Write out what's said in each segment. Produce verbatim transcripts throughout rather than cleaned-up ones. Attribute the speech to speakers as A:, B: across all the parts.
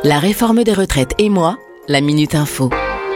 A: La réforme des retraites et moi, la Minute Info.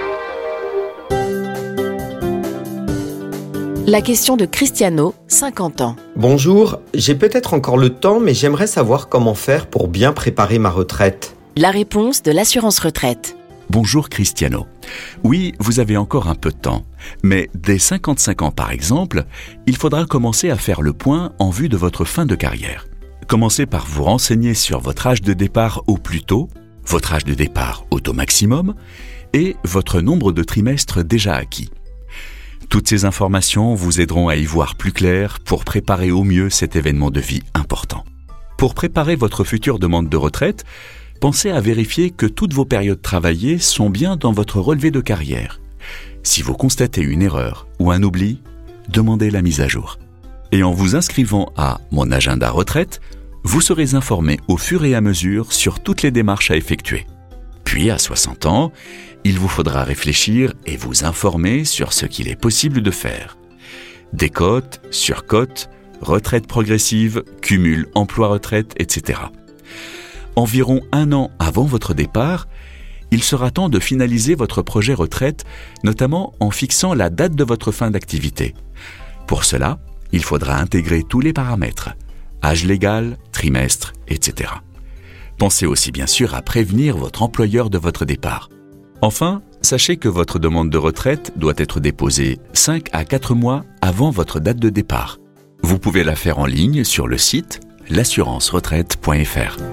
A: La question de Cristiano, cinquante ans.
B: Bonjour, j'ai peut-être encore le temps, mais j'aimerais savoir comment faire pour bien préparer ma retraite.
A: La réponse de l'assurance retraite.
C: Bonjour Cristiano. Oui, vous avez encore un peu de temps, mais dès cinquante-cinq ans par exemple, il faudra commencer à faire le point en vue de votre fin de carrière. Commencez par vous renseigner sur votre âge de départ au plus tôt, votre âge de départ au taux maximum et votre nombre de trimestres déjà acquis. Toutes ces informations vous aideront à y voir plus clair pour préparer au mieux cet événement de vie important. Pour préparer votre future demande de retraite, pensez à vérifier que toutes vos périodes travaillées sont bien dans votre relevé de carrière. Si vous constatez une erreur ou un oubli, demandez la mise à jour. Et en vous inscrivant à Mon agenda retraite, vous serez informé au fur et à mesure sur toutes les démarches à effectuer. Puis à soixante ans, il vous faudra réfléchir et vous informer sur ce qu'il est possible de faire. Décote, surcote, retraite progressive, cumul emploi-retraite, et cetera. Environ un an avant votre départ, il sera temps de finaliser votre projet retraite, notamment en fixant la date de votre fin d'activité. Pour cela, il faudra intégrer tous les paramètres, âge légal, trimestre, et cetera. Pensez aussi bien sûr à prévenir votre employeur de votre départ. Enfin, sachez que votre demande de retraite doit être déposée cinq à quatre mois avant votre date de départ. Vous pouvez la faire en ligne sur le site l'assurance retraite point f r.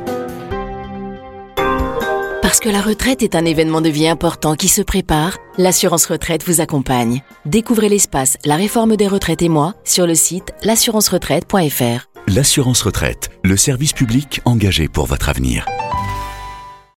A: Parce que la retraite est un événement de vie important qui se prépare, l'assurance retraite vous accompagne. Découvrez l'espace La réforme des retraites et moi sur le site l'assurance retraite point f r.
C: L'assurance retraite, le service public engagé pour votre avenir.